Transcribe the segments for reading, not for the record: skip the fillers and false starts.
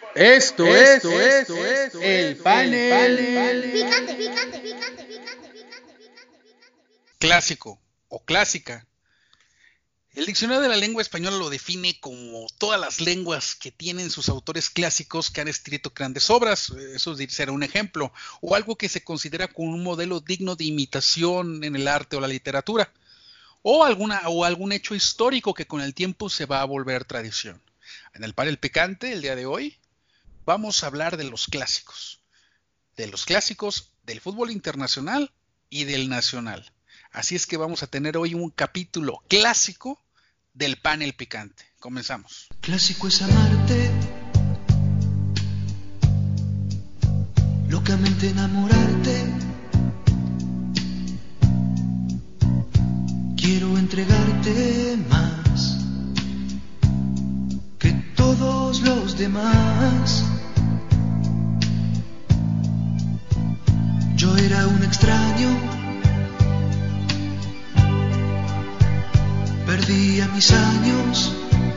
Esto es el panel Picante. Clásico o clásica. El diccionario de la lengua española lo define como todas las lenguas que tienen sus autores clásicos que han escrito grandes obras. Eso será un ejemplo, o algo que se considera como un modelo digno de imitación en el arte o la literatura, o algún hecho histórico que con el tiempo se va a volver tradición. En el panel picante, el día de hoy, vamos a hablar de los clásicos del fútbol internacional y del nacional. Así es que vamos a tener hoy un capítulo clásico del panel picante. Comenzamos. Clásico es amarte, locamente enamorarte. Quiero entregarte más que todos los demás. Yo era un extraño, perdía mis años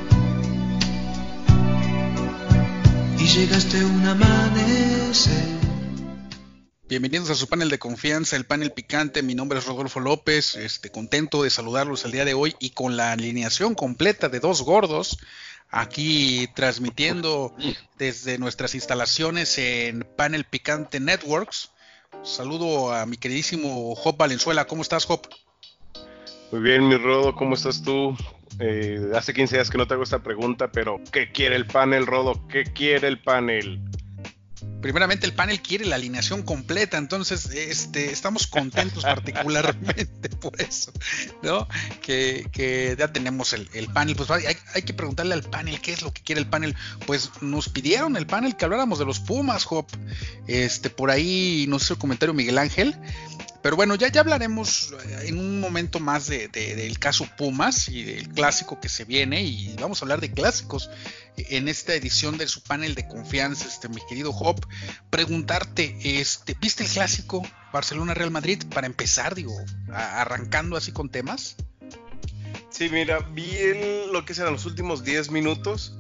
y llegaste un amanecer. Bienvenidos a su panel de confianza, el panel picante. Mi nombre es Rodolfo López, contento de saludarlos el día de hoy y con la alineación completa de Dos Gordos, aquí transmitiendo desde nuestras instalaciones en Panel Picante Networks. Saludo a mi queridísimo Job Valenzuela. ¿Cómo estás, Job? Muy bien, mi Rodo, ¿cómo estás tú? Hace 15 días que no te hago esta pregunta, pero ¿qué quiere el panel, Rodo? ¿Qué quiere el panel? Primeramente, el panel quiere la alineación completa, entonces estamos contentos particularmente por eso, ¿no? Que ya tenemos el panel. Pues hay que preguntarle al panel qué es lo que quiere el panel. Pues nos pidieron el panel que habláramos de los Pumas, Job. Por ahí nos hizo el comentario Miguel Ángel. Pero bueno, ya hablaremos en un momento más del caso Pumas y del clásico que se viene, y vamos a hablar de clásicos en esta edición de su panel de confianza, mi querido Job. Preguntarte, ¿viste el clásico Barcelona-Real Madrid? Para empezar, arrancando así con temas. Sí, mira, vi lo que serán los últimos 10 minutos.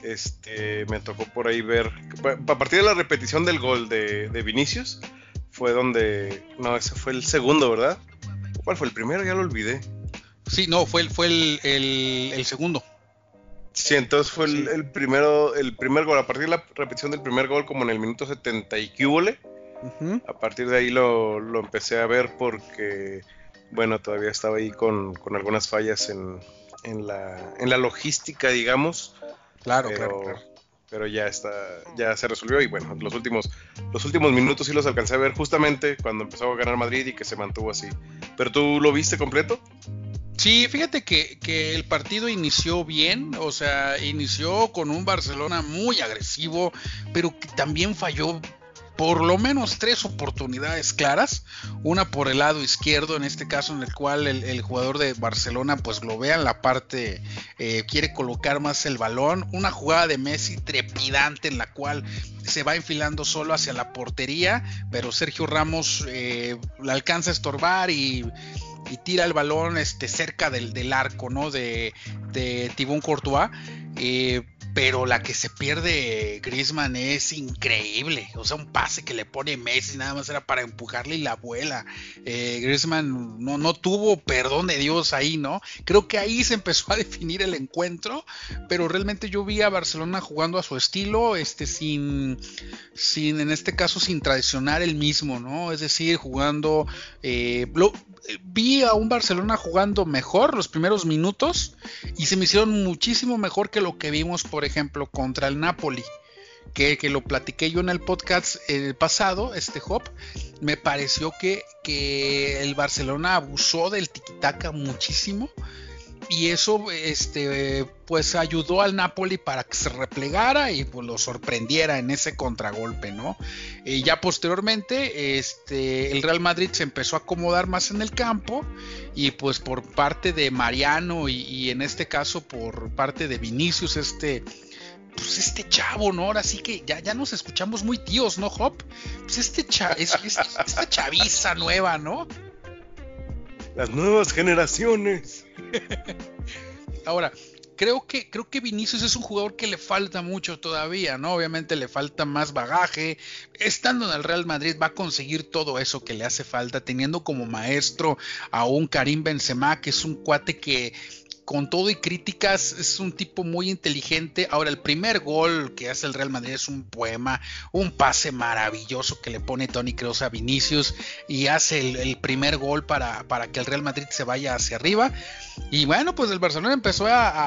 Me tocó por ahí ver, a partir de la repetición del gol de Vinicius, fue donde... No, ese fue el segundo, ¿verdad? ¿Cuál fue el primero? Ya lo olvidé. Sí, no, fue el segundo. Sí, entonces fue el primer gol. A partir de la repetición del primer gol, como en el minuto 70 y cúbole. Uh-huh. A partir de ahí lo empecé a ver porque, bueno, todavía estaba ahí con algunas fallas en la logística, digamos. Claro. Pero ya se resolvió, y bueno, los últimos minutos sí los alcancé a ver justamente cuando empezó a ganar Madrid y que se mantuvo así. ¿Pero tú lo viste completo? Sí, fíjate que el partido inició bien, o sea, inició con un Barcelona muy agresivo, pero que también falló por lo menos 3 oportunidades claras, una por el lado izquierdo, en este caso en el cual el jugador de Barcelona pues globea en la parte, quiere colocar más el balón, una jugada de Messi trepidante en la cual se va enfilando solo hacia la portería, pero Sergio Ramos la alcanza a estorbar y tira el balón cerca del arco, ¿no? de Thibaut Courtois. Pero la que se pierde Griezmann es increíble. O sea, un pase que le pone Messi nada más era para empujarle y la vuela. Griezmann no tuvo perdón de Dios ahí, ¿no? Creo que ahí se empezó a definir el encuentro, pero realmente yo vi a Barcelona jugando a su estilo, sin en este caso sin traicionar el mismo, ¿no? Es decir, jugando... vi a un Barcelona jugando mejor los primeros minutos y se me hicieron muchísimo mejor que lo que vimos, por ejemplo, contra el Napoli, que lo platiqué yo en el podcast pasado, Job. Me pareció que el Barcelona abusó del tiquitaca muchísimo, y eso pues ayudó al Napoli para que se replegara y pues lo sorprendiera en ese contragolpe, ¿no? Ya posteriormente el Real Madrid se empezó a acomodar más en el campo, y pues por parte de Mariano y en este caso por parte de Vinicius, pues este chavo, ¿no? Ahora sí que ya nos escuchamos muy tíos, ¿no, Job? Pues esta chaviza nueva, ¿no? Las nuevas generaciones. Ahora, creo que Vinicius es un jugador que le falta mucho todavía, ¿no? Obviamente le falta más bagaje. Estando en el Real Madrid va a conseguir todo eso que le hace falta, teniendo como maestro a un Karim Benzema, que es un cuate que, con todo y críticas, es un tipo muy inteligente. Ahora, el primer gol que hace el Real Madrid es un poema, un pase maravilloso que le pone Toni Kroos a Vinicius y hace el primer gol para que el Real Madrid se vaya hacia arriba. Y bueno, pues el Barcelona empezó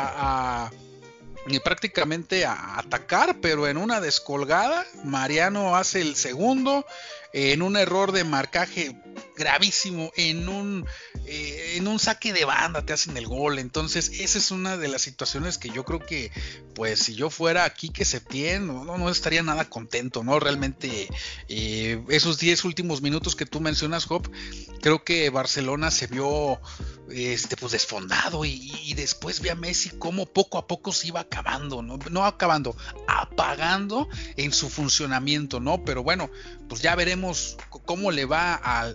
prácticamente a atacar, pero en una descolgada Mariano hace el segundo, en un error de marcaje gravísimo, en un saque de banda te hacen el gol. Entonces esa es una de las situaciones que yo creo que, pues, si yo fuera Quique Setién, no estaría nada contento, ¿no? Realmente esos 10 últimos minutos que tú mencionas, Job, creo que Barcelona se vio pues desfondado, y después vi a Messi como poco a poco se iba acabando, no acabando, apagando en su funcionamiento, ¿no? Pero bueno, pues ya veremos cómo le va al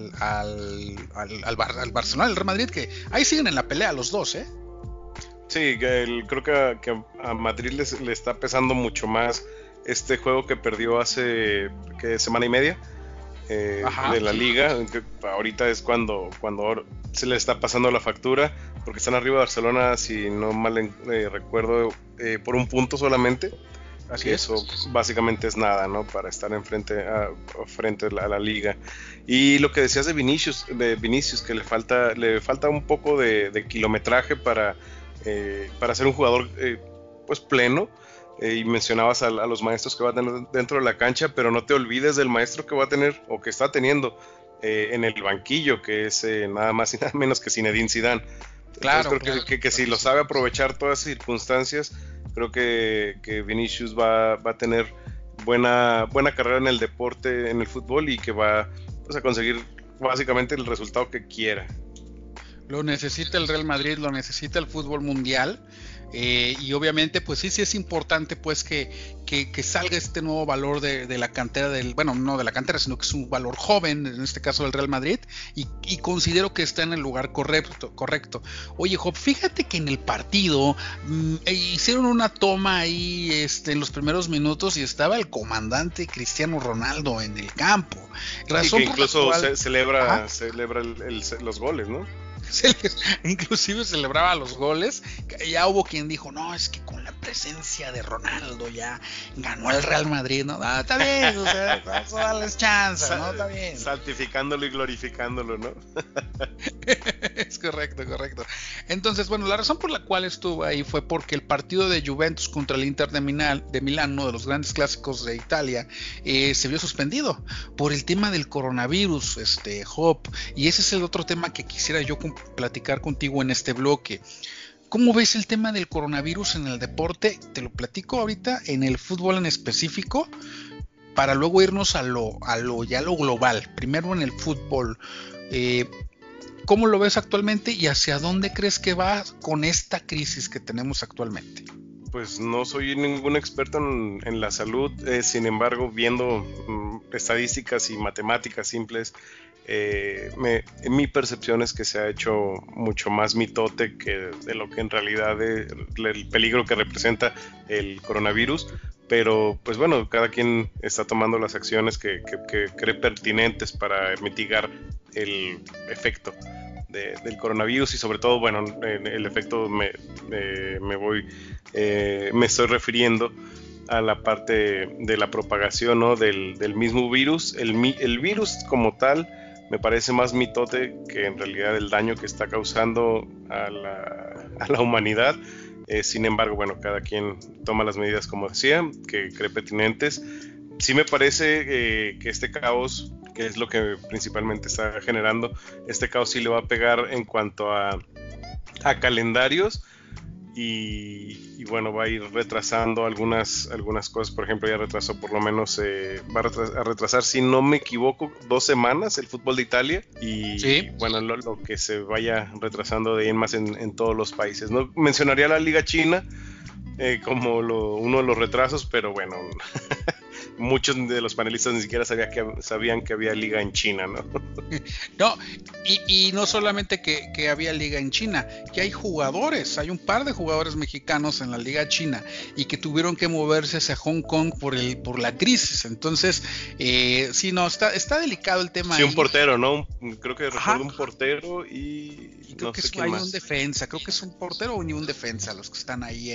Barcelona, al Real Madrid, que ahí siguen en la pelea los dos, ¿eh? Sí, creo que a Madrid le está pesando mucho más este juego que perdió hace semana y media de la liga. Ahorita es cuando se le está pasando la factura, porque están arriba de Barcelona, si no mal recuerdo, por un punto solamente. Así eso básicamente es nada, ¿no? Para estar frente a la liga. Y lo que decías de Vinicius, que le falta un poco de kilometraje para ser un jugador pues pleno. Y mencionabas a los maestros que va a tener dentro de la cancha, pero no te olvides del maestro que va a tener o que está teniendo en el banquillo, que es nada más y nada menos que Zinedine Zidane. Claro, entonces creo que si lo sabe aprovechar todas las circunstancias, creo que Vinicius va a tener buena carrera en el deporte, en el fútbol, y que va, pues, a conseguir básicamente el resultado que quiera. Lo necesita el Real Madrid, lo necesita el fútbol mundial. Y obviamente pues sí es importante pues que salga este nuevo valor de la cantera no de la cantera, sino que es un valor joven, en este caso del Real Madrid, y considero que está en el lugar correcto. Oye, Job, fíjate que en el partido hicieron una toma ahí en los primeros minutos y estaba el comandante Cristiano Ronaldo en el campo. Razón, y que incluso celebra los goles, ¿no? Inclusive celebraba los goles. Ya hubo quien dijo, no, es que con la presencia de Ronaldo ya ganó el Real Madrid, ¿no? Ah, está bien, o sea, vamos a darles chance, ¿no? Está bien. Santificándolo y glorificándolo, ¿no? Es correcto. Entonces, bueno, la razón por la cual estuvo ahí fue porque el partido de Juventus contra el Inter de Milán, uno de los grandes clásicos de Italia, se vio suspendido por el tema del coronavirus, Job, y ese es el otro tema que quisiera yo platicar contigo en este bloque. ¿Cómo ves el tema del coronavirus en el deporte? Te lo platico ahorita, en el fútbol en específico, para luego irnos a lo global. Primero en el fútbol. ¿Cómo lo ves actualmente y hacia dónde crees que va con esta crisis que tenemos actualmente? Pues no soy ningún experto en la salud, sin embargo, viendo estadísticas y matemáticas simples, mi percepción es que se ha hecho mucho más mitote que de lo que en realidad es el peligro que representa el coronavirus. Pero pues bueno, cada quien está tomando las acciones que cree pertinentes para mitigar el efecto del coronavirus, y sobre todo, bueno, el efecto me estoy refiriendo a la parte de la propagación, ¿no? del mismo virus. El virus como tal me parece más mitote que en realidad el daño que está causando a la humanidad. Sin embargo, bueno, cada quien toma las medidas, como decía, que cree pertinentes. Sí me parece que este caos, que es lo que principalmente está generando, este caos sí le va a pegar en cuanto a calendarios, y bueno, va a ir retrasando algunas cosas. Por ejemplo, ya retrasó por lo menos, va a retrasar, si no me equivoco, 2 semanas el fútbol de Italia, y ¿sí? Bueno, lo que se vaya retrasando de ahí en más en todos los países, ¿no? Mencionaría la Liga China como uno de los retrasos, pero bueno, muchos de los panelistas ni siquiera sabían que había liga en China, ¿no? No, y no solamente que había liga en China, que hay un par de jugadores mexicanos en la liga china y que tuvieron que moverse hacia Hong Kong por la crisis. Entonces, sí, no, está delicado el tema. Sí, ahí. Un portero, ¿no? Creo que recuerdo un portero y creo no que sé quién hay más. un defensa, creo que es un portero o ni un defensa los que están ahí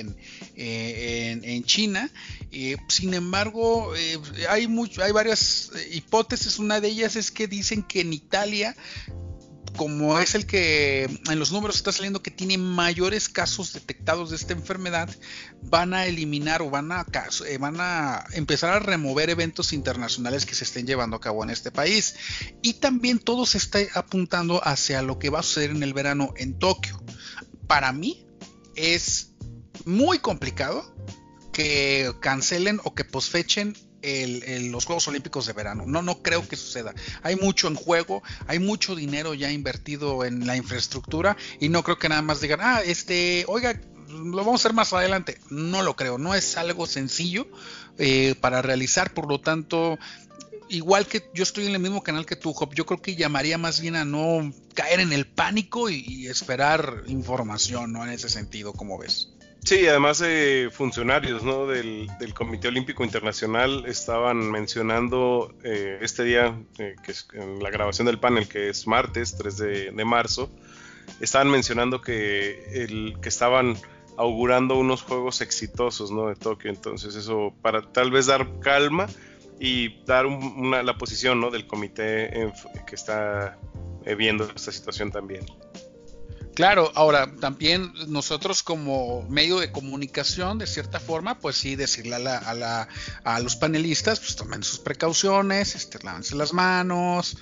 en China. Sin embargo, hay varias hipótesis. Una de ellas es que dicen que en Italia, como es el que en los números está saliendo que tiene mayores casos detectados de esta enfermedad, van a eliminar o van a empezar a remover eventos internacionales que se estén llevando a cabo en este país. Y también todo se está apuntando hacia lo que va a suceder en el verano en Tokio. Para mí es muy complicado que cancelen o que posfechen los Juegos Olímpicos de verano. No creo que suceda. Hay mucho en juego, hay mucho dinero ya invertido en la infraestructura y no creo que nada más digan, oiga, lo vamos a hacer más adelante. No lo creo, no es algo sencillo para realizar, por lo tanto, igual que yo estoy en el mismo canal que tú, Job, yo creo que llamaría más bien a no caer en el pánico y esperar información, ¿no? En ese sentido, ¿cómo ves? Sí, además funcionarios, ¿no? del Comité Olímpico Internacional estaban mencionando este día, que es en la grabación del panel, que es martes 3 de marzo, estaban mencionando que estaban augurando unos juegos exitosos, ¿no? De Tokio. Entonces eso para tal vez dar calma y dar la posición, ¿no? Del comité que está viendo esta situación también. Claro, ahora también nosotros como medio de comunicación, de cierta forma, pues sí decirle a los panelistas, pues tomen sus precauciones, lávense las manos,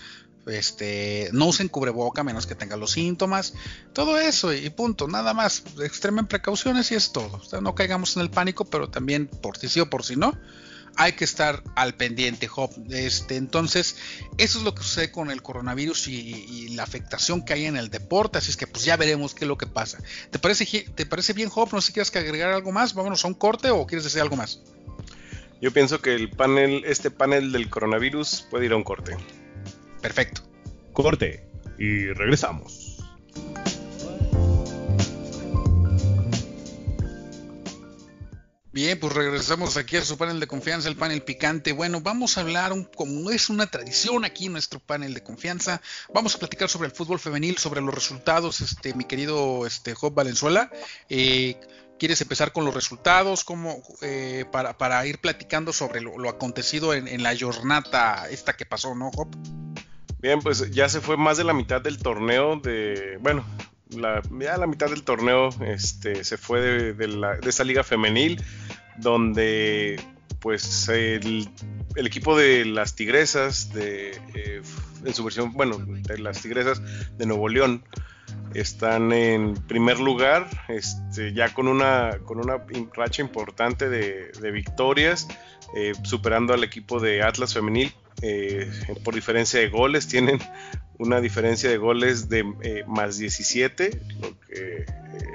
no usen cubreboca a menos que tengan los síntomas, todo eso y punto, nada más, extremen precauciones y es todo. O sea, no caigamos en el pánico, pero también por si sí o por si no, hay que estar al pendiente, Job. Entonces, eso es lo que sucede con el coronavirus y la afectación que hay en el deporte. Así es que pues ya veremos qué es lo que pasa. ¿Te parece bien, Job? No sé si quieres agregar algo más. Vámonos a un corte o quieres decir algo más. Yo pienso que este panel del coronavirus puede ir a un corte. Perfecto. Corte y regresamos. Bien, pues regresamos aquí a su panel de confianza, el panel picante. Bueno, vamos a hablar, como es una tradición aquí en nuestro panel de confianza, vamos a platicar sobre el fútbol femenil, sobre los resultados, mi querido Job Valenzuela. ¿Quieres empezar con los resultados? Para ir platicando sobre lo acontecido en la jornada esta que pasó, ¿no, Job? Bien, pues ya se fue más de la mitad del torneo ya la mitad del torneo se fue de esta liga femenil, donde pues el equipo de las Tigresas en su versión, de las Tigresas de Nuevo León están en primer lugar, ya con una racha importante de victorias, superando al equipo de Atlas femenil por diferencia de goles. Tienen una diferencia de goles de más 17, lo que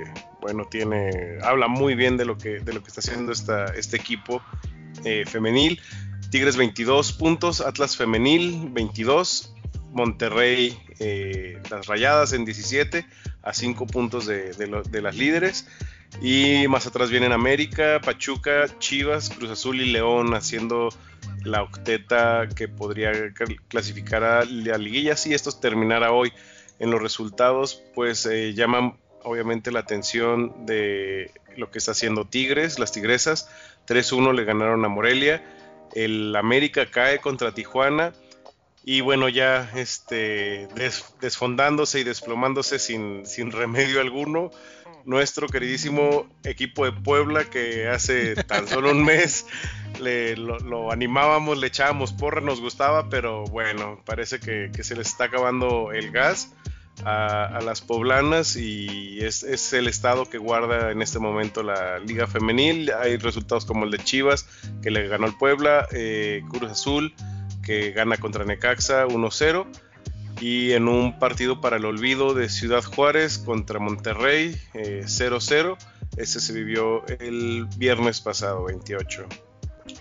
habla muy bien de lo que está haciendo este equipo femenil. Tigres 22 puntos, Atlas femenil 22, Monterrey, las Rayadas en 17, a 5 puntos de las líderes. Y más atrás vienen América, Pachuca, Chivas, Cruz Azul y León haciendo la octeta que podría clasificar a la liguilla. Si esto terminara hoy. En los resultados, pues llaman obviamente la atención de lo que está haciendo Tigres. Las Tigresas 3-1 le ganaron a Morelia. El América cae contra Tijuana. Y bueno, ya desfondándose y desplomándose sin remedio alguno, nuestro queridísimo equipo de Puebla, que hace tan solo un mes lo animábamos, le echábamos porra, nos gustaba, pero bueno, parece que se les está acabando el gas a las poblanas, y es el estado que guarda en este momento la liga femenil. Hay resultados como el de Chivas, que le ganó al Puebla, Cruz Azul, que gana contra Necaxa 1-0, y en un partido para el olvido de Ciudad Juárez contra Monterrey 0-0. Ese se vivió el viernes pasado, 28.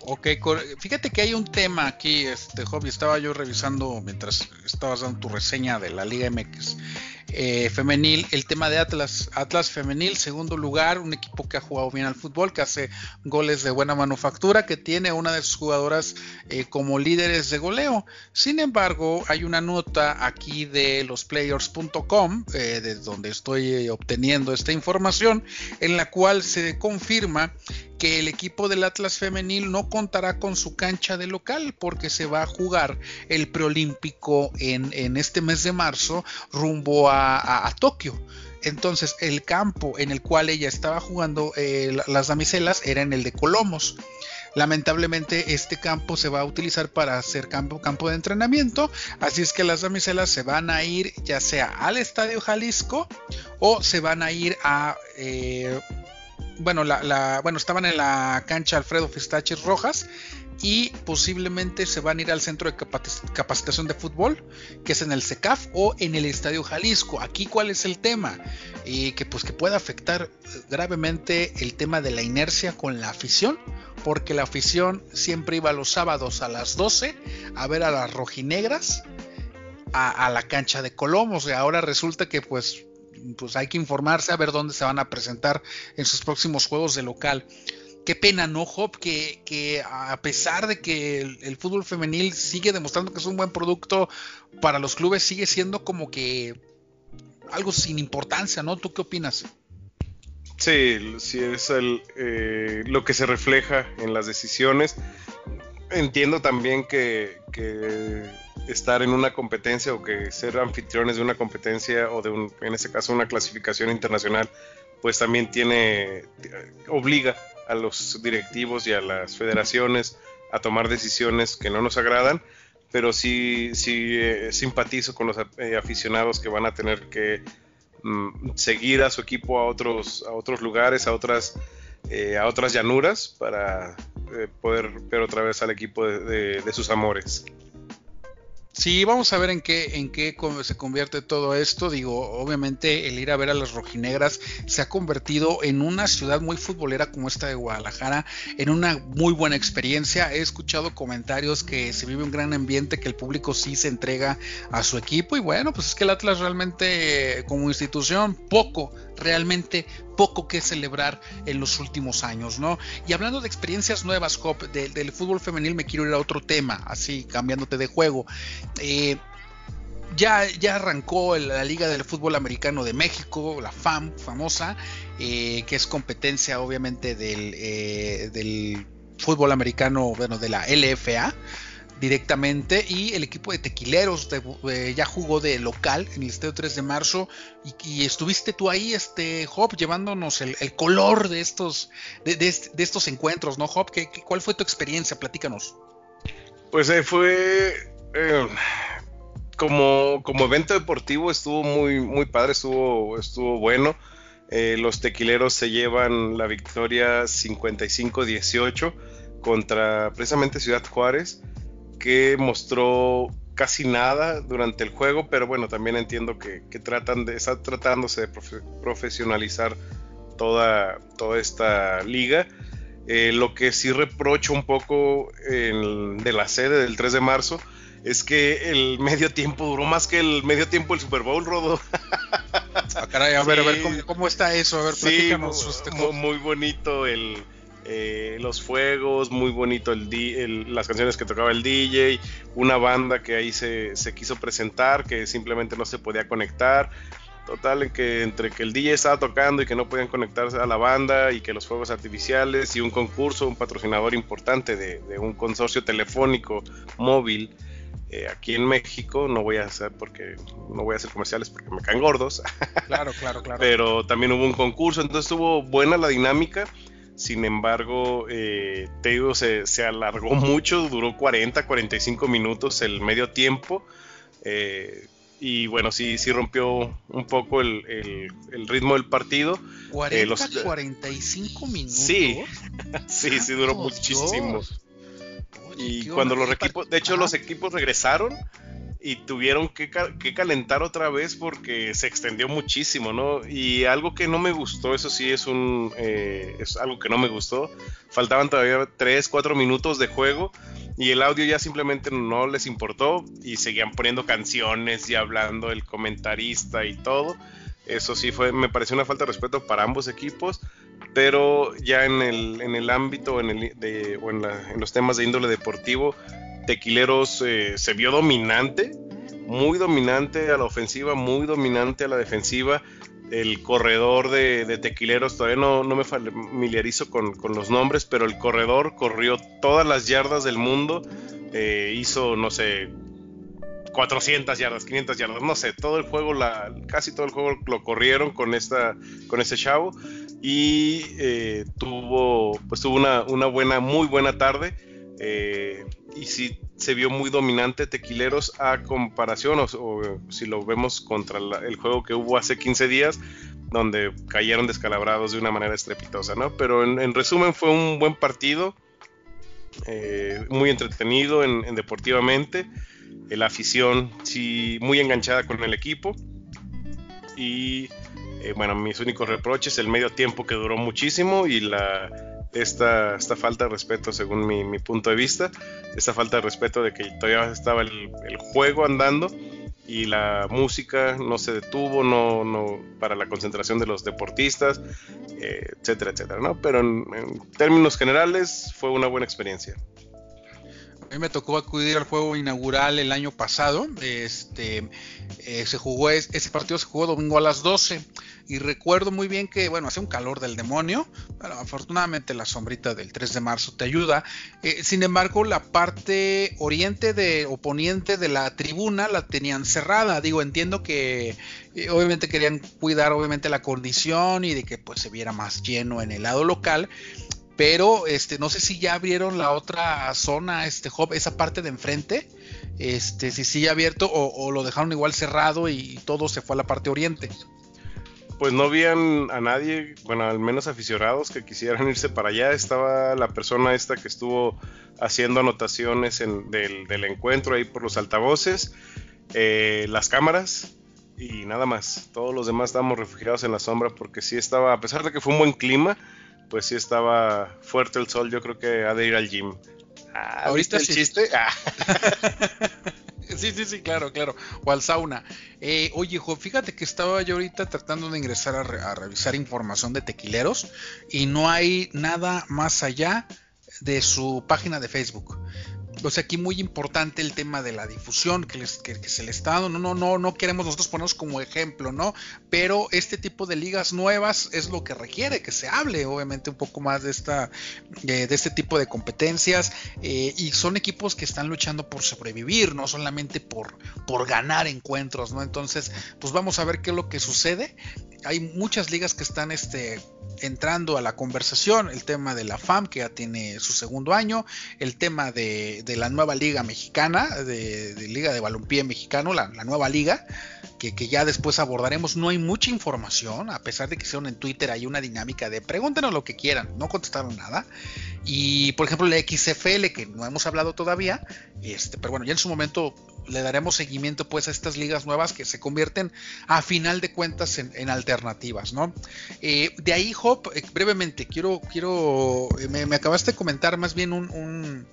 Ok, fíjate que hay un tema aquí, Hobby, estaba yo revisando mientras estabas dando tu reseña de la Liga MX femenil, el tema de Atlas femenil, segundo lugar, un equipo que ha jugado bien al fútbol, que hace goles de buena manufactura, que tiene una de sus jugadoras como líderes de goleo. Sin embargo, hay una nota aquí de losplayers.com, de donde estoy obteniendo esta información, en la cual se confirma que el equipo del Atlas femenil no contará con su cancha de local porque se va a jugar el preolímpico en este mes de marzo rumbo a Tokio. Entonces el campo en el cual ella estaba jugando las damiselas era en el de Colomos. Lamentablemente este campo se va a utilizar para hacer campo de entrenamiento, así es que las damiselas se van a ir ya sea al Estadio Jalisco o se van a ir a... estaban en la cancha Alfredo Fistaches Rojas y posiblemente se van a ir al centro de capacitación de fútbol, que es en el CECAF o en el Estadio Jalisco. Aquí, ¿cuál es el tema? Que puede afectar gravemente el tema de la inercia con la afición, porque la afición siempre iba los sábados a las 12 a ver a las rojinegras a la cancha de Colomos, y ahora resulta que pues hay que informarse a ver dónde se van a presentar en sus próximos juegos de local. Qué pena, ¿no, Job? Que a pesar de que el fútbol femenil sigue demostrando que es un buen producto para los clubes, sigue siendo como que algo sin importancia, ¿no? ¿Tú qué opinas? Sí, es lo que se refleja en las decisiones. Entiendo también que estar en una competencia o que ser anfitriones de una competencia o en este caso una clasificación internacional, pues también obliga a los directivos y a las federaciones a tomar decisiones que no nos agradan, pero sí simpatizo con los aficionados que van a tener que seguir a su equipo a otros lugares, a otras llanuras para poder ver otra vez al equipo de sus amores. Sí, vamos a ver en qué se convierte todo esto. Digo, obviamente el ir a ver a las rojinegras se ha convertido en una ciudad muy futbolera como esta de Guadalajara, en una muy buena experiencia. He escuchado comentarios que se vive un gran ambiente, que el público sí se entrega a su equipo, y bueno, pues es que el Atlas realmente como institución realmente poco que celebrar en los últimos años, ¿no? Y hablando de experiencias nuevas, Job, del fútbol femenil, me quiero ir a otro tema, así cambiándote de juego. Ya arrancó la Liga del Fútbol Americano de México, la famosa, que es competencia obviamente del fútbol americano, bueno, de la LFA directamente, y el equipo de Tequileros ya jugó de local en el Estadio 3 de Marzo y estuviste tú ahí, Job, llevándonos el color de estos encuentros, ¿no, Job? ¿Cuál fue tu experiencia? Platícanos. Pues fue como evento deportivo, estuvo muy, muy padre, estuvo bueno. Los Tequileros se llevan la victoria 55-18 contra precisamente Ciudad Juárez, que mostró casi nada durante el juego, pero bueno, también entiendo que está tratándose de profesionalizar toda esta liga. Lo que sí reprocho un poco de la sede del 3 de marzo es que el medio tiempo duró más que el medio tiempo del Super Bowl, Rodo. Ah, caray, a ver, ¿cómo está eso? A ver, platícanos. Muy bonito los fuegos, muy bonito las canciones que tocaba el DJ, una banda que ahí se quiso presentar, que simplemente no se podía conectar. Total, entre que el DJ estaba tocando y que no podían conectarse a la banda, y que los fuegos artificiales y un concurso, un patrocinador importante de un consorcio telefónico móvil aquí en México, no voy a hacer comerciales porque me caen gordos. Claro. Pero también hubo un concurso, entonces estuvo buena la dinámica. Sin embargo, te digo, se alargó mucho, duró 45 minutos el medio tiempo. Y bueno, sí rompió un poco el ritmo del partido. 45 minutos. Sí, duró muchísimo. Y cuando los equipos regresaron y tuvieron que calentar otra vez porque se extendió muchísimo, ¿no? Y algo que no me gustó, eso sí es algo que no me gustó, faltaban todavía 3-4 minutos de juego y el audio ya simplemente no les importó y seguían poniendo canciones y hablando el comentarista y todo. Eso sí me pareció una falta de respeto para ambos equipos, pero ya en el ámbito en los temas de índole deportivo, Tequileros se vio dominante, muy dominante a la ofensiva, muy dominante a la defensiva. El corredor de Tequileros, todavía no me familiarizo con los nombres, pero el corredor corrió todas las yardas del mundo, hizo, no sé, 400 yardas, 500 yardas, no sé, todo el juego, casi todo el juego lo corrieron con ese chavo y tuvo una muy buena tarde. Y sí se vio muy dominante Tequileros a comparación o si lo vemos contra el juego que hubo hace 15 días donde cayeron descalabrados de una manera estrepitosa, ¿no? Pero en resumen fue un buen partido, muy entretenido en deportivamente, la afición sí muy enganchada con el equipo y bueno, mis únicos reproches, el medio tiempo que duró muchísimo y esta falta de respeto según mi punto de vista, esta falta de respeto de que todavía estaba el juego andando y la música no se detuvo, no para la concentración de los deportistas, etcétera, etcétera, ¿no? Pero en términos generales fue una buena experiencia. A mí me tocó acudir al juego inaugural el año pasado. Ese partido se jugó domingo a las 12 y recuerdo muy bien que, bueno, hacía un calor del demonio, pero afortunadamente la sombrita del 3 de marzo te ayuda. Sin embargo, la parte oriente o poniente de la tribuna la tenían cerrada. Digo, entiendo que obviamente querían cuidar obviamente la condición y de que pues se viera más lleno en el lado local. Pero no sé si ya abrieron la otra zona, Job, esa parte de enfrente, si sigue abierto o lo dejaron igual cerrado y todo se fue a la parte oriente. Pues no habían a nadie, bueno, al menos aficionados que quisieran irse para allá. Estaba la persona esta que estuvo haciendo anotaciones del encuentro ahí por los altavoces, las cámaras y nada más. Todos los demás estábamos refugiados en la sombra porque sí estaba, a pesar de que fue un buen clima, pues sí estaba fuerte el sol. Yo creo que ha de ir al gym. Ahorita ¿viste el chiste? Sí, claro. O al sauna. Oye, jo, fíjate que estaba yo ahorita tratando de ingresar a revisar información de Tequileros y no hay nada más allá de su página de Facebook. O sea, aquí muy importante el tema de la difusión que se le está dando. No queremos nosotros ponernos como ejemplo, ¿no? Pero este tipo de ligas nuevas es lo que requiere que se hable, obviamente, un poco más de este tipo de competencias. Y son equipos que están luchando por sobrevivir, no solamente por ganar encuentros, ¿no? Entonces, pues vamos a ver qué es lo que sucede. Hay muchas ligas que están entrando a la conversación. El tema de la FAM, que ya tiene su segundo año, el tema de la nueva liga mexicana, de liga de balompié mexicano, la nueva liga, que ya después abordaremos. No hay mucha información, a pesar de que hicieron en Twitter hay una dinámica de pregúntenos lo que quieran, no contestaron nada. Y por ejemplo la XFL, que no hemos hablado todavía, pero bueno, ya en su momento le daremos seguimiento pues a estas ligas nuevas que se convierten a final de cuentas en alternativas, ¿no? De ahí, Hop, brevemente, me acabaste de comentar más bien un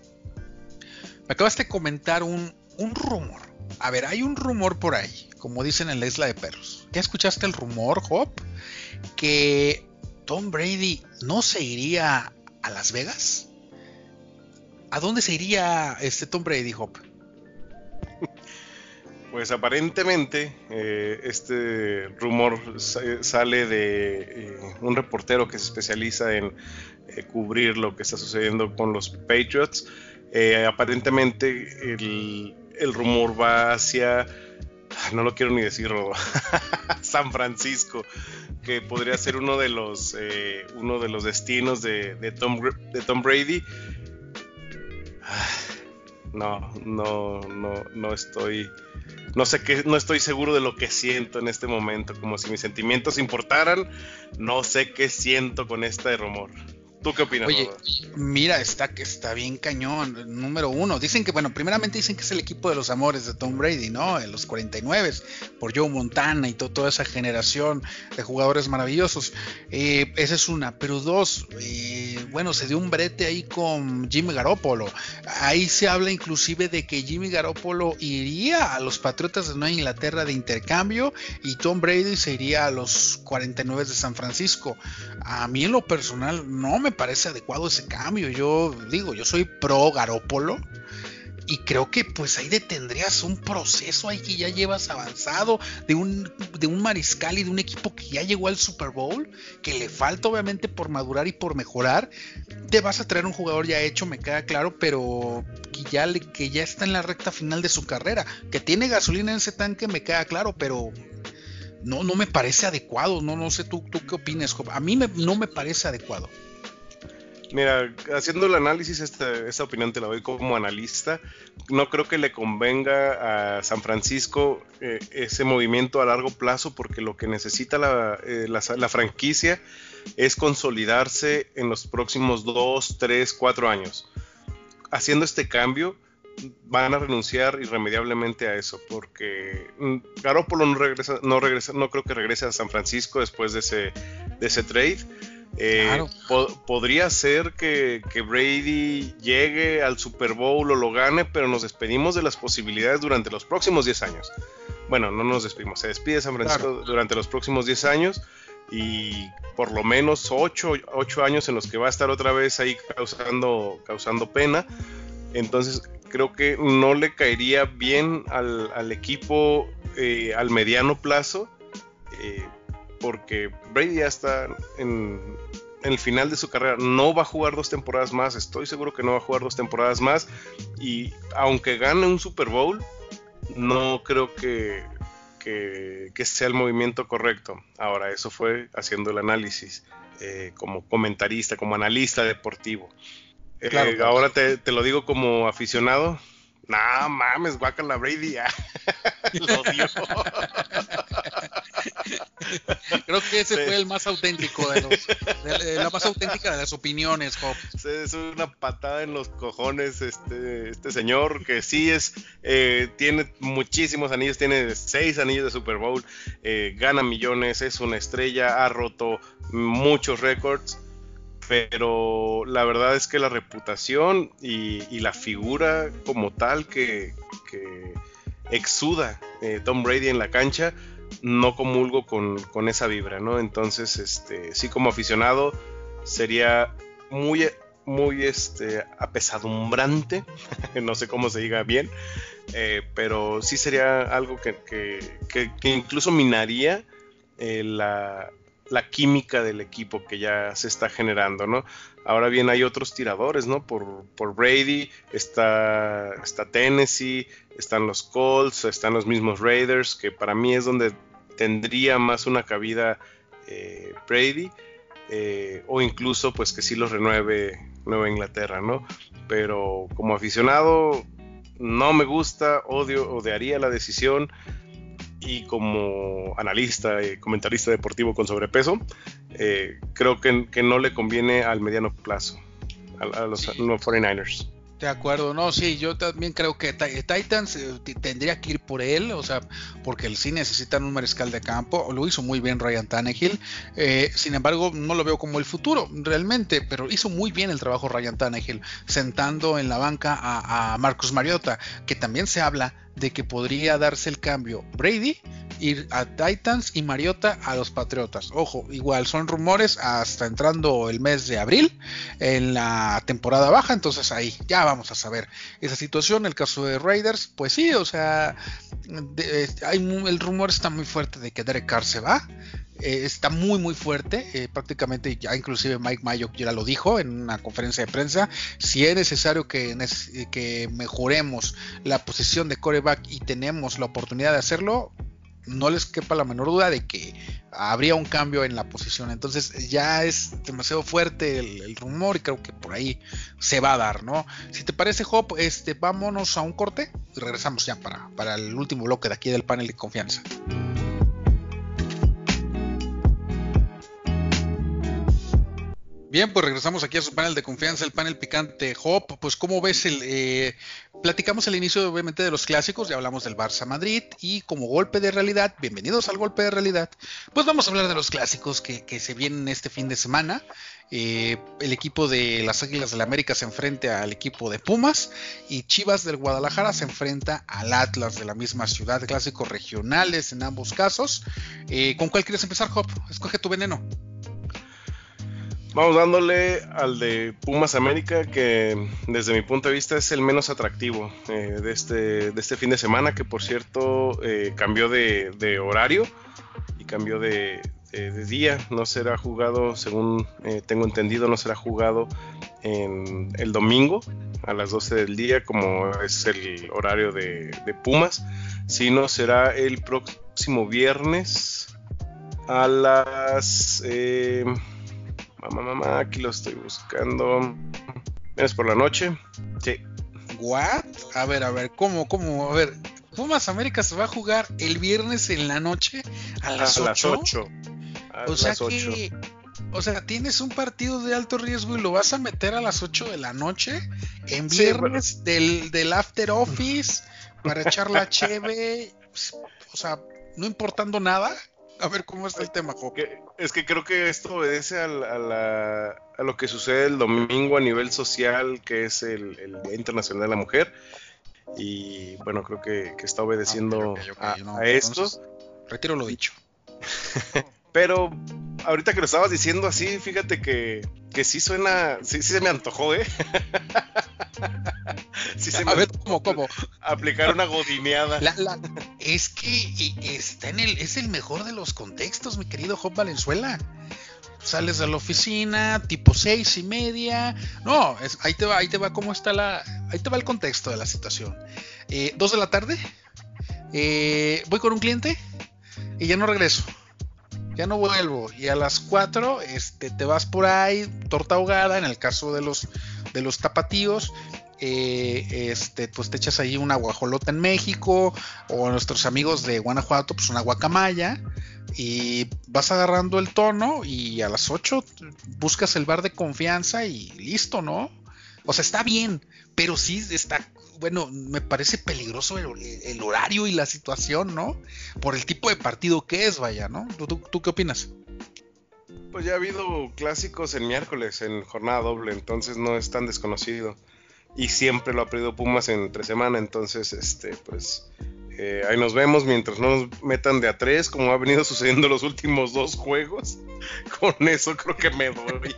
rumor. A ver, hay un rumor por ahí, como dicen en la Isla de Perros. ¿Ya escuchaste el rumor, Hop? Que Tom Brady no se iría a Las Vegas. ¿A dónde se iría Tom Brady, Hop? Pues aparentemente este rumor sale de un reportero que se especializa en cubrir lo que está sucediendo con los Patriots. Aparentemente el rumor va hacia, no lo quiero ni decir, San Francisco, que podría ser uno de los destinos de Tom Brady. No estoy seguro de lo que siento en este momento, como si mis sentimientos importaran. No sé qué siento con este rumor. ¿Tú qué opinas, Oye, Rodo? mira, está bien cañón. Número uno, dicen que, bueno, primeramente dicen que es el equipo de los amores de Tom Brady, ¿no? En los 49, por Joe Montana y toda esa generación de jugadores maravillosos. Esa es una. Pero dos, bueno, se dio un brete ahí con Jimmy Garoppolo. Ahí se habla inclusive de que Jimmy Garoppolo iría a los Patriotas de Nueva Inglaterra de intercambio y Tom Brady se iría a los 49 de San Francisco. A mí en lo personal no me parece adecuado ese cambio. Yo digo, yo soy pro Garoppolo y creo que pues ahí detendrías un proceso ahí que ya llevas avanzado de un mariscal y de un equipo que ya llegó al Super Bowl, que le falta obviamente por madurar y por mejorar. Te vas a traer un jugador ya hecho, me queda claro, pero que ya está en la recta final de su carrera, que tiene gasolina en ese tanque, me queda claro, pero no me parece adecuado. No sé tú qué opinas, Job. A mí no me parece adecuado. Mira, haciendo el análisis, esta opinión te la doy como analista. No creo que le convenga a San Francisco ese movimiento a largo plazo, porque lo que necesita la franquicia es consolidarse en los próximos 2, 3, 4 años. Haciendo este cambio, van a renunciar irremediablemente a eso, porque Garoppolo no creo que regrese a San Francisco después de ese trade. Claro. Podría ser que Brady llegue al Super Bowl o lo gane, pero nos despedimos de las posibilidades durante los próximos 10 años. Bueno, no nos despedimos, se despide San Francisco, claro, durante los próximos 10 años y por lo menos 8 años en los que va a estar otra vez ahí causando pena. Entonces creo que no le caería bien al equipo al mediano plazo, porque Brady ya está en el final de su carrera. No va a jugar 2 temporadas más, estoy seguro que no va a jugar 2 temporadas más, y aunque gane un Super Bowl, no creo que sea el movimiento correcto. Ahora, eso fue haciendo el análisis como comentarista, como analista deportivo. Claro. Ahora te lo digo como aficionado. No mames, guácala Brady. Lo odio. Creo que ese fue el más auténtico la más auténtica de las opiniones, Job. Es una patada en los cojones este señor, que sí tiene muchísimos anillos, tiene 6 anillos de Super Bowl, gana millones, es una estrella, ha roto muchos récords, pero la verdad es que la reputación y la figura como tal que exuda Tom Brady en la cancha, no comulgo con esa vibra, ¿no? Entonces, sí, como aficionado sería muy apesadumbrante, no sé cómo se diga bien, pero sí sería algo que incluso minaría la química del equipo que ya se está generando, ¿no? Ahora bien, hay otros tiradores, ¿no? Por Brady está Tennessee, están los Colts, están los mismos Raiders, que para mí es donde tendría más una cabida Brady, o incluso pues que sí los renueve Nueva Inglaterra, ¿no? Pero como aficionado no me gusta, odiaría la decisión, y como analista y comentarista deportivo con sobrepeso, creo que no le conviene al mediano plazo a los 49ers. De acuerdo, no, sí, yo también creo que Titans tendría que ir por él, o sea, porque sí necesitan un mariscal de campo. Lo hizo muy bien Ryan Tannehill, sin embargo no lo veo como el futuro realmente, pero hizo muy bien el trabajo Ryan Tannehill sentando en la banca a Marcus Mariota, que también se habla de que podría darse el cambio Brady, ir a Titans y Mariota a los Patriotas. Ojo, igual son rumores hasta entrando el mes de abril en la temporada baja, entonces ahí ya vamos a saber esa situación. El caso de Raiders, pues sí, o sea, el rumor está muy fuerte de que Derek Carr se va. Está muy muy fuerte, prácticamente ya inclusive Mike Mayock ya lo dijo en una conferencia de prensa. Si es necesario que mejoremos la posición de quarterback y tenemos la oportunidad de hacerlo, no les quepa la menor duda de que habría un cambio en la posición. Entonces ya es demasiado fuerte el rumor y creo que por ahí se va a dar, ¿no? Si te parece, Job, vámonos a un corte y regresamos ya para el último bloque de aquí del panel de confianza. Bien, pues regresamos aquí a su panel de confianza, el panel picante. Hop, pues ¿cómo ves platicamos el inicio obviamente de los clásicos, ya hablamos del Barça Madrid y como golpe de realidad, bienvenidos al golpe de realidad, pues vamos a hablar de los clásicos que se vienen este fin de semana. El equipo de las Águilas del América se enfrenta al equipo de Pumas y Chivas del Guadalajara se enfrenta al Atlas de la misma ciudad, clásicos regionales en ambos casos. ¿Con cuál quieres empezar, Hop? Escoge tu veneno. Vamos dándole al de Pumas América, que desde mi punto de vista es el menos atractivo de este fin de semana, que por cierto cambió de horario y cambió de día. No será jugado, según tengo entendido, no será jugado en el domingo a las 12 del día, como es el horario de Pumas, sino será el próximo viernes a las... aquí lo estoy buscando. ¿Es por la noche? Sí. ¿What? A ver, ¿cómo? A ver, Pumas América se va a jugar el viernes en la noche a las 8. O sea, tienes un partido de alto riesgo y lo vas a meter a las 8 de la noche en viernes, sí, bueno, del after office para echar la cheve, o sea, no importando nada. A ver cómo está el tema, Job. Es que creo que esto obedece a lo que sucede el domingo a nivel social, que es el Día Internacional de la Mujer. Y bueno, creo que está obedeciendo a esto. Retiro lo dicho. Pero ahorita que lo estabas diciendo así, fíjate que sí suena, sí se me antojó, Sí se me a ver, ¿cómo? Aplicar una godineada. Es que es el mejor de los contextos, mi querido Job Valenzuela. Sales de la oficina, tipo 6:30. No, ahí te va cómo está ahí te va el contexto de la situación. 2 de la tarde, voy con un cliente y ya no regreso. Ya no vuelvo, y a las 4 te vas por ahí, torta ahogada, en el caso de los tapatíos, pues te echas ahí una guajolota en México, o a nuestros amigos de Guanajuato, pues una guacamaya, y vas agarrando el tono, y a las 8 buscas el bar de confianza y listo, ¿no? O sea, está bien, pero sí está... Bueno, me parece peligroso el horario y la situación, ¿no? Por el tipo de partido que es, vaya, ¿no? ¿Tú qué opinas? Pues ya ha habido clásicos en miércoles, en jornada doble, entonces no es tan desconocido. Y siempre lo ha perdido Pumas entre semana, entonces, pues... ahí nos vemos mientras no nos metan de a 3, como ha venido sucediendo los últimos 2 juegos. Con eso creo que me doy.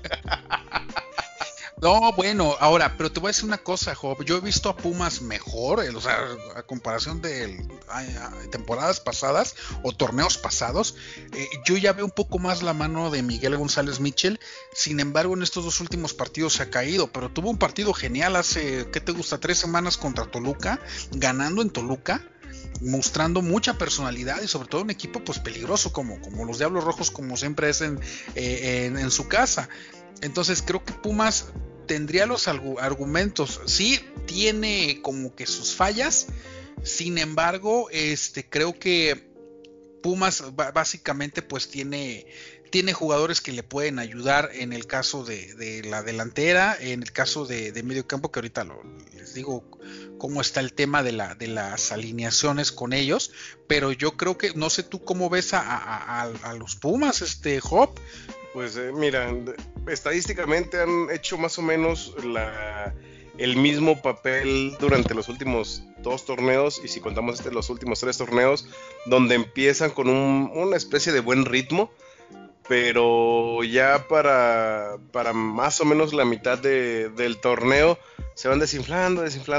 No, bueno, ahora, pero te voy a decir una cosa, Job. Yo he visto a Pumas mejor, o sea, a comparación de temporadas pasadas o torneos pasados. Yo ya veo un poco más la mano de Miguel González Mitchell. Sin embargo, en estos 2 últimos partidos se ha caído, pero tuvo un partido genial hace, ¿qué te gusta? 3 semanas contra Toluca, ganando en Toluca, mostrando mucha personalidad y sobre todo un equipo pues peligroso como los Diablos Rojos, como siempre es en su casa. Entonces creo que Pumas tendría los argumentos, sí tiene como que sus fallas, sin embargo, creo que Pumas básicamente pues tiene jugadores que le pueden ayudar en el caso de la delantera, en el caso de medio campo, que ahorita les digo cómo está el tema de las alineaciones con ellos, pero yo creo que, no sé tú cómo ves a los Pumas, Job. Pues mira, estadísticamente han hecho más o menos el mismo papel durante los últimos 2 torneos, y si contamos los últimos 3 torneos, donde empiezan con una especie de buen ritmo, pero ya para más o menos la mitad del torneo se van desinflando.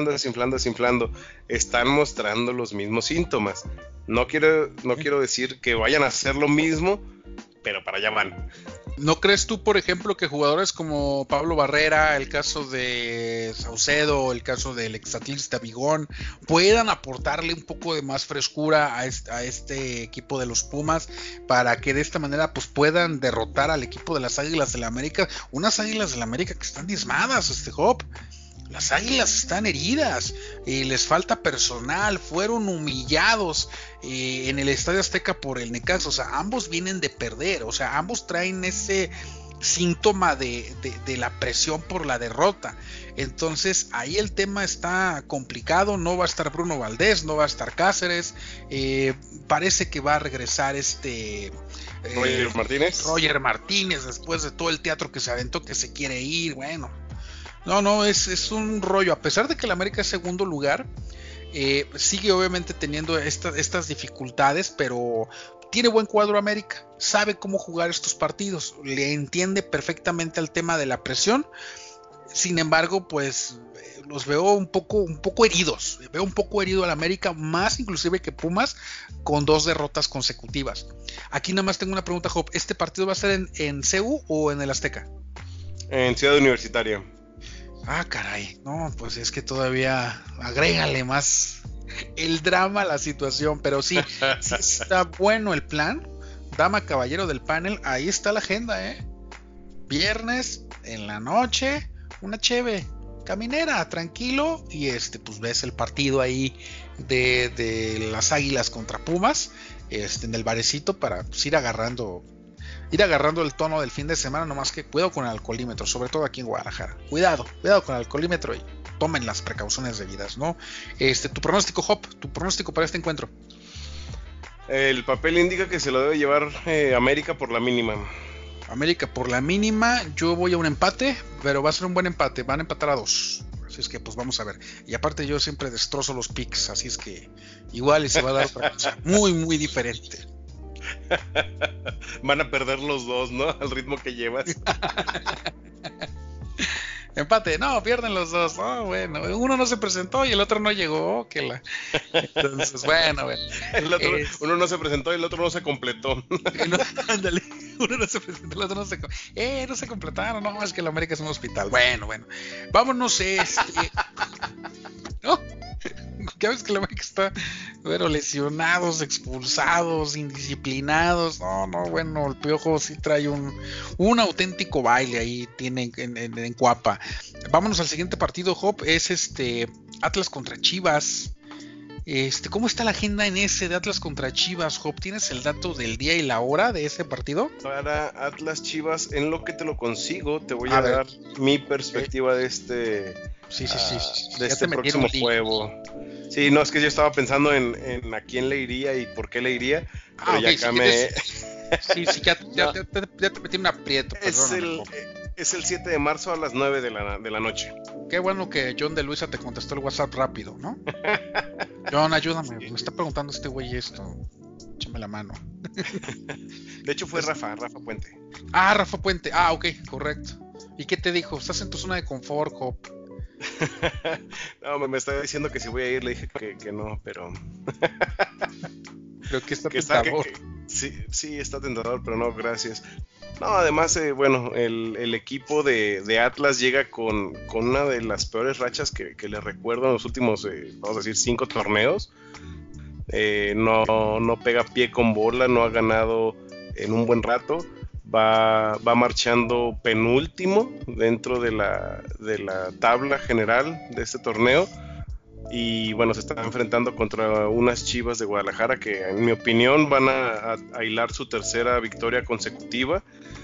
Están mostrando los mismos síntomas. No quiero decir que vayan a hacer lo mismo, pero para allá van. ¿No crees tú, por ejemplo, que jugadores como Pablo Barrera, el caso de Saucedo, el caso del exatlista Vigón, puedan aportarle un poco de más frescura a este equipo de los Pumas para que de esta manera pues puedan derrotar al equipo de las Águilas del América? Unas Águilas del América que están diezmadas, Job. Las Águilas están heridas, les falta personal, fueron humillados en el Estadio Azteca por el Necaxa. O sea, ambos vienen de perder, o sea, ambos traen ese síntoma de la presión por la derrota. Entonces ahí el tema está complicado. No va a estar Bruno Valdés, no va a estar Cáceres, parece que va a regresar Roger Martínez después de todo el teatro que se aventó, que se quiere ir. Bueno, no, es un rollo. A pesar de que el América es segundo lugar, sigue obviamente teniendo estas dificultades, pero tiene buen cuadro América, sabe cómo jugar estos partidos, le entiende perfectamente al tema de la presión. Sin embargo, pues los veo un poco heridos. Veo un poco herido al América, más inclusive que Pumas, con 2 derrotas consecutivas. Aquí nada más tengo una pregunta, Job. ¿Este partido va a ser en CU o en el Azteca? En Ciudad Universitaria. Ah, caray. No, pues es que todavía agrégale más el drama a la situación. Pero sí está bueno el plan. Dama caballero del panel, ahí está la agenda, Viernes en la noche, una cheve caminera, tranquilo, y pues ves el partido ahí de las Águilas contra Pumas, en el barecito, para pues, ir agarrando el tono del fin de semana. Nomás que cuidado con el alcoholímetro, sobre todo aquí en Guadalajara. Cuidado con el alcoholímetro y tomen las precauciones debidas, ¿no? Tu pronóstico, Hop, tu pronóstico para este encuentro. El papel indica que se lo debe llevar América por la mínima. América por la mínima. Yo voy a un empate, pero va a ser un buen empate. Van a empatar a 2. Así es que pues vamos a ver. Y aparte yo siempre destrozo los picks, así es que igual y se va a dar otra cosa muy, muy diferente. Van a perder los dos, ¿no? Al ritmo que llevas. Empate, no, pierden los dos. No, bueno, uno no se presentó y el otro no llegó. Entonces, bueno. Uno no se presentó y el otro no se completó. Ándale, uno no se presentó, el otro no se completaron. No, es que la América es un hospital. Bueno. Vámonos, ¿no? Cada vez que la América está, lesionados, expulsados, indisciplinados. No, bueno, el Piojo sí trae un auténtico baile ahí, tiene en Cuapa. Vámonos al siguiente partido, Hop, es Atlas contra Chivas. ¿Cómo está la agenda en ese de Atlas contra Chivas, Hop? ¿Tienes el dato del día y la hora de ese partido? Para Atlas Chivas, en lo que te lo consigo, te voy a dar mi perspectiva de este próximo juego. Sí, no, es que yo estaba pensando en a quién le iría y por qué le iría, pero ya acá me... Sí, ya te metí un aprieto. Es el 7 de marzo a las 9 de la noche. Qué bueno que John de Luisa te contestó el WhatsApp rápido, ¿no? John, ayúdame, me está preguntando este güey esto. Échame la mano. De hecho fue Rafa Puente. Ah, Rafa Puente. Ah, ok, correcto. ¿Y qué te dijo? Estás en tu zona de confort, Hop. No, me estaba diciendo que si voy a ir, le dije que no, pero... Creo que está tentador. Sí, está tentador, pero no, gracias. No, además, el equipo de Atlas llega con una de las peores rachas que le recuerdo en los últimos, vamos a decir, 5 torneos. No pega pie con bola, no ha ganado en un buen rato. Va marchando penúltimo dentro de la tabla general de este torneo. Y bueno, se está enfrentando contra unas Chivas de Guadalajara que en mi opinión van a hilar su tercera victoria consecutiva.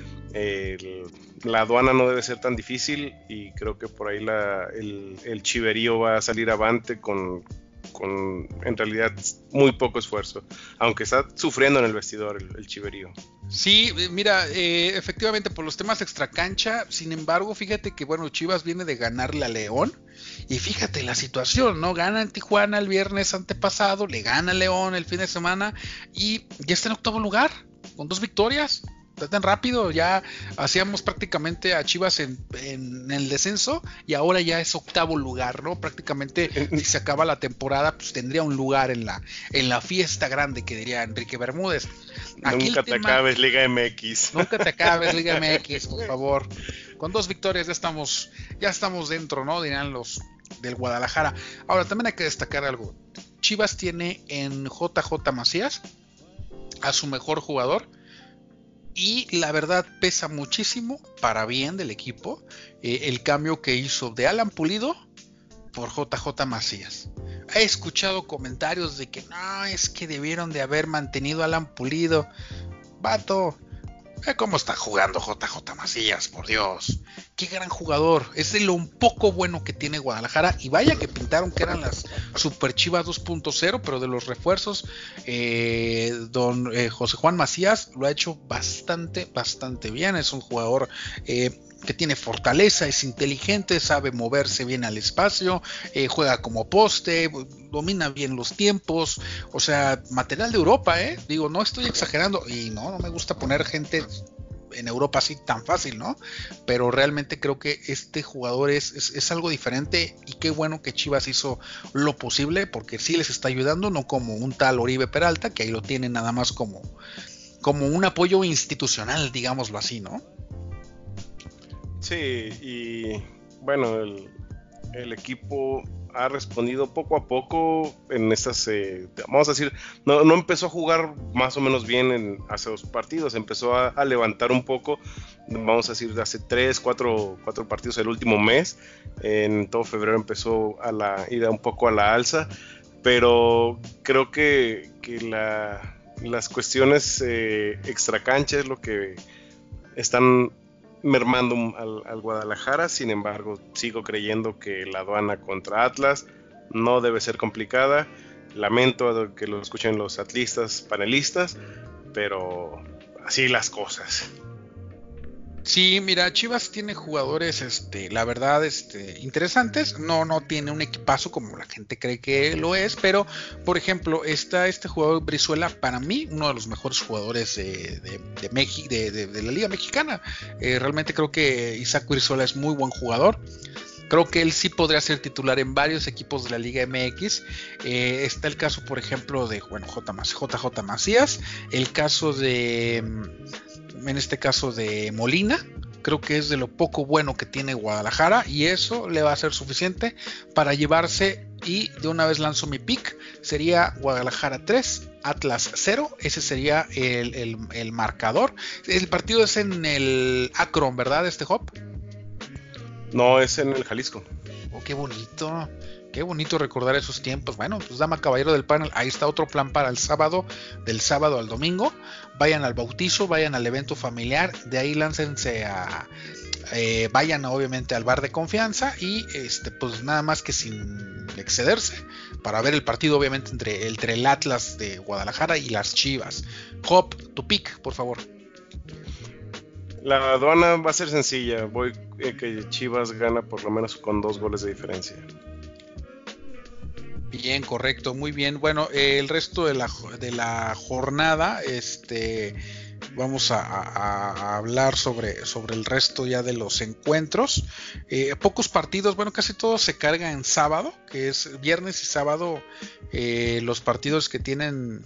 La aduana no debe ser tan difícil y creo que por ahí el Chiverío va a salir avante con en realidad muy poco esfuerzo, aunque está sufriendo en el vestidor el Chiverío. Sí, mira, efectivamente por los temas extracancha, sin embargo, fíjate que bueno, Chivas viene de ganarle a León y fíjate la situación, ¿no? Gana en Tijuana el viernes antepasado, le gana a León el fin de semana y ya está en octavo lugar con 2 victorias. Tan rápido, ya hacíamos prácticamente a Chivas en el descenso y ahora ya es octavo lugar, ¿no? Prácticamente si se acaba la temporada pues tendría un lugar en la fiesta grande que diría Enrique Bermúdez. Aquí nunca te acabes Liga MX. Nunca te acabes Liga MX, por favor. Con 2 victorias ya estamos dentro, ¿no? Dirán los del Guadalajara. Ahora también hay que destacar algo. Chivas tiene en JJ Macías a su mejor jugador. Y la verdad pesa muchísimo para bien del equipo el cambio que hizo de Alan Pulido por JJ Macías. He escuchado comentarios de que no, es que debieron de haber mantenido a Alan Pulido. Vato, ¿Cómo está jugando JJ Macías? Por Dios. Qué gran jugador. Es de lo un poco bueno que tiene Guadalajara. Y vaya que pintaron que eran las Super Chivas 2.0, pero de los refuerzos, don José Juan Macías lo ha hecho bastante bien. Es un jugador que tiene fortaleza, es inteligente, sabe moverse bien al espacio, juega como poste, domina bien los tiempos, o sea, material de Europa, digo, no estoy exagerando, y no me gusta poner gente en Europa así tan fácil, ¿no? Pero realmente creo que este jugador es algo diferente, y qué bueno que Chivas hizo lo posible, porque sí les está ayudando, no como un tal Oribe Peralta, que ahí lo tienen nada más como un apoyo institucional, digámoslo así, ¿no? Sí, y bueno, el equipo ha respondido poco a poco en estas, vamos a decir, no empezó a jugar más o menos bien hace 2 partidos, empezó a levantar un poco, vamos a decir, de hace 4 partidos el último mes, en todo febrero empezó a ir un poco a la alza, pero creo que las cuestiones extracancha es lo que están mermando al Guadalajara. Sin embargo, sigo creyendo que la aduana contra Atlas no debe ser complicada. Lamento que lo escuchen los atlistas, panelistas, pero así las cosas. Sí, mira, Chivas tiene jugadores, la verdad, interesantes. No tiene un equipazo como la gente cree que lo es, pero, por ejemplo, está este jugador Brizuela, para mí, uno de los mejores jugadores de la Liga Mexicana. Realmente creo que Isaac Brizuela es muy buen jugador. Creo que él sí podría ser titular en varios equipos de la Liga MX. Está el caso, por ejemplo, de JJ Macías, el caso en este caso de Molina. Creo que es de lo poco bueno que tiene Guadalajara, y eso le va a ser suficiente para llevarse. Y de una vez lanzo mi pick, sería Guadalajara 3, Atlas 0. Ese sería el marcador. El partido es en el Akron, ¿verdad, Hop? No, es en el Jalisco. Oh, qué bonito recordar esos tiempos. Bueno, pues dama caballero del panel, ahí está otro plan para el sábado, del sábado al domingo. Vayan al bautizo, vayan al evento familiar, de ahí láncense vayan obviamente al bar de confianza, y pues nada más que sin excederse, para ver el partido obviamente entre el Atlas de Guadalajara y las Chivas. Hop, tu pick, por favor. La aduana va a ser sencilla. Voy que Chivas gana por lo menos con 2 goles de diferencia. Bien, correcto, muy bien. Bueno, el resto de la jornada, vamos a hablar sobre el resto ya de los encuentros. Pocos partidos, bueno, casi todo se carga en sábado, que es viernes y sábado, los partidos que tienen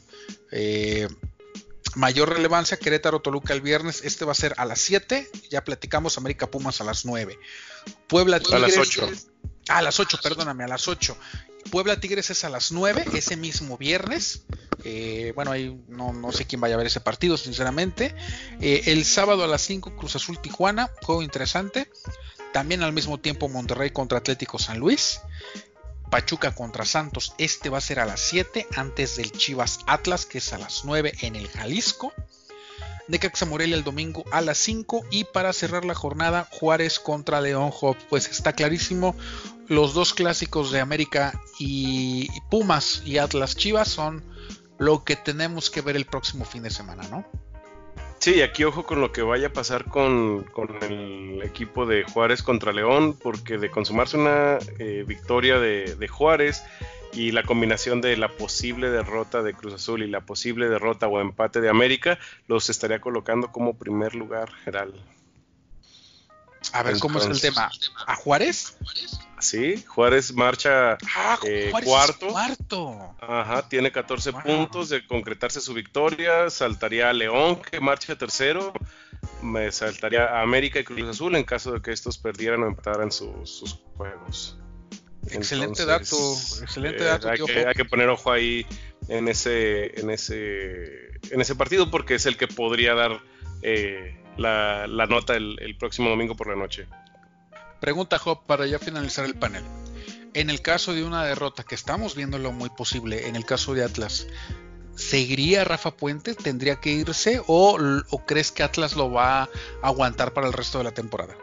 mayor relevancia. Querétaro Toluca el viernes, va a ser a las 7, ya platicamos. América Pumas a las 9. Puebla Tigres a las 8. A las 8, perdóname, a las 8. Puebla Tigres es a las 9, ese mismo viernes. Bueno, ahí no sé quién vaya a ver ese partido, sinceramente. El sábado a las 5, Cruz Azul Tijuana, juego interesante. También al mismo tiempo Monterrey contra Atlético San Luis. Pachuca contra Santos, va a ser a las 7, antes del Chivas Atlas, que es a las 9 en el Jalisco. Necaxa Morelia el domingo a las 5, y para cerrar la jornada, Juárez contra León. Pues está clarísimo, los dos clásicos de América y Pumas y Atlas Chivas son lo que tenemos que ver el próximo fin de semana, ¿no? Sí, aquí ojo con lo que vaya a pasar con el equipo de Juárez contra León, porque de consumarse una victoria de Juárez y la combinación de la posible derrota de Cruz Azul y la posible derrota o empate de América, los estaría colocando como primer lugar general. A ver, ¿cómo es el tema? ¿A Juárez? Sí, Juárez marcha Juárez cuarto. Ajá, tiene 14 puntos de concretarse su victoria. Saltaría a León, que marcha tercero. Me saltaría a América y Cruz Azul en caso de que estos perdieran o empataran sus juegos. Excelente dato. Hay que poner ojo ahí en ese partido, porque es el que podría dar la nota el próximo domingo por la noche. Pregunta, Job, para ya finalizar el panel. En el caso de una derrota, que estamos viéndolo muy posible, en el caso de Atlas, ¿seguiría Rafa Puente? ¿Tendría que irse? ¿O crees que Atlas lo va a aguantar para el resto de la temporada?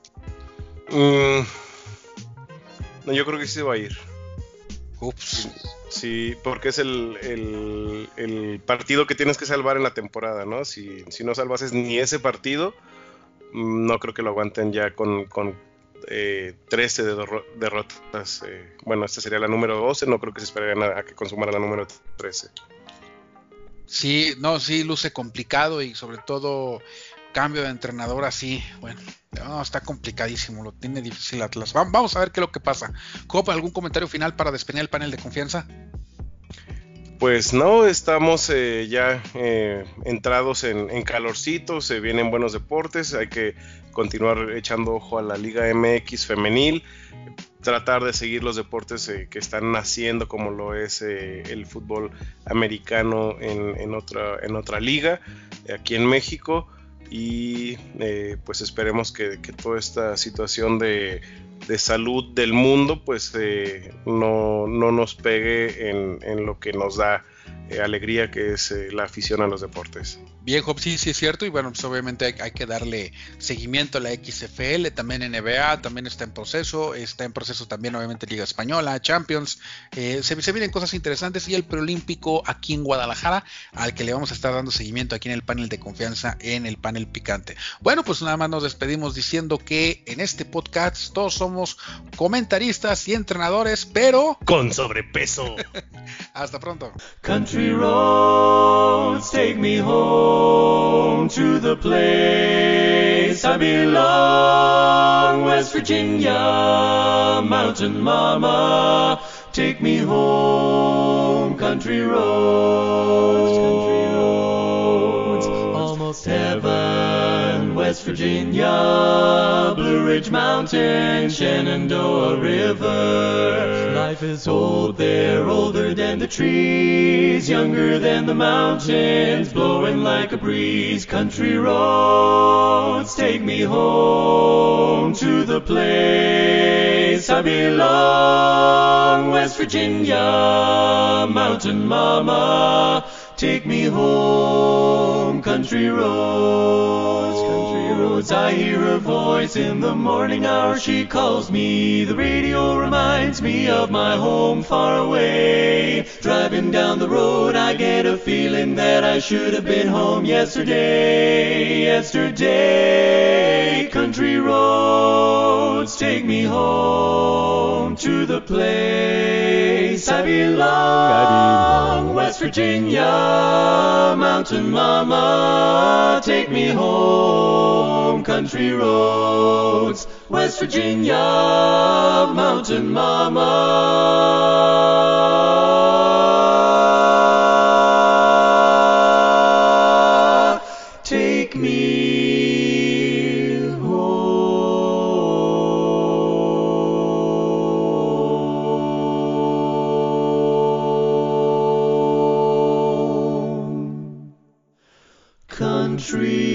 No, yo creo que sí se va a ir. Ups. Sí, porque es el partido que tienes que salvar en la temporada, ¿no? Si no salvas ni ese partido, no creo que lo aguanten ya con 13 derrotas. Bueno, esta sería la número 12, no creo que se esperaran a que consumara la número 13. Sí, no, sí luce complicado y sobre todo cambio de entrenador así, bueno, no, está complicadísimo, lo tiene difícil Atlas. Vamos a ver qué es lo que pasa. Copa, ¿algún comentario final para despedir el panel de confianza? Pues no, estamos ya entrados en calorcito, se vienen buenos deportes, hay que continuar echando ojo a la Liga MX femenil, tratar de seguir los deportes que están naciendo, como lo es el fútbol americano en otra liga, aquí en México, y pues esperemos que toda esta situación de salud del mundo pues no nos pegue en lo que nos da alegría, que es la afición a los deportes. Bien, Job, sí es cierto, y bueno, pues obviamente hay que darle seguimiento a la XFL, también NBA, también está en proceso también obviamente Liga Española, Champions, se vienen cosas interesantes, y el preolímpico aquí en Guadalajara, al que le vamos a estar dando seguimiento aquí en el panel de confianza, en el panel picante. Bueno, pues nada más nos despedimos diciendo que en este podcast todos somos comentaristas y entrenadores, pero con sobrepeso. Hasta pronto. Country roads, take me home to the place I belong. West Virginia, mountain mama, take me home. Country roads, almost heaven. West Virginia, Blue Ridge Mountain, Shenandoah River. Life is old there, older than the trees, younger than the mountains, blowing like a breeze. Country roads, take me home to the place I belong. West Virginia, mountain mama, take me home. Country roads, I hear her voice in the morning hour, she calls me. The radio reminds me of my home far away. Driving down the road, I get a feeling that I should have been home yesterday. Country roads, take me home to the place I belong. West Virginia, mountain mama, take me home. Country roads, West Virginia, mountain mama, take me home. Country